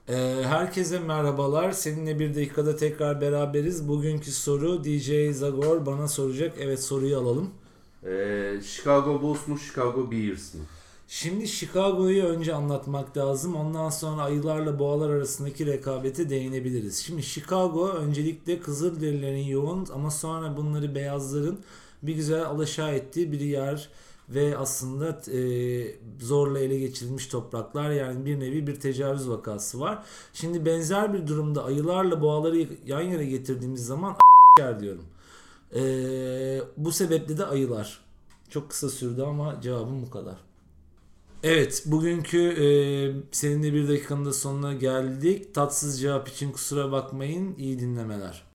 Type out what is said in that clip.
Herkese merhabalar. Seninle bir dakikada tekrar beraberiz. Bugünkü soru DJ Zagor bana soracak. Evet, soruyu alalım. Chicago Bulls mu Chicago Bears mı? Şimdi Chicago'yu önce anlatmak lazım. Ondan sonra ayılarla boğalar arasındaki rekabete değinebiliriz. Şimdi Chicago öncelikle Kızılderililerin yoğun ama sonra bunları beyazların bir güzel alaşağı ettiği bir yer ve aslında zorla ele geçirilmiş topraklar, yani bir nevi bir tecavüz vakası var. Şimdi benzer bir durumda ayılarla boğaları yan yana getirdiğimiz zaman diyorum. Bu sebeple de ayılar. Çok kısa sürdü ama cevabım bu kadar. Evet, bugünkü seninle bir dakikanın da sonuna geldik. Tatsız cevap için kusura bakmayın. İyi dinlemeler.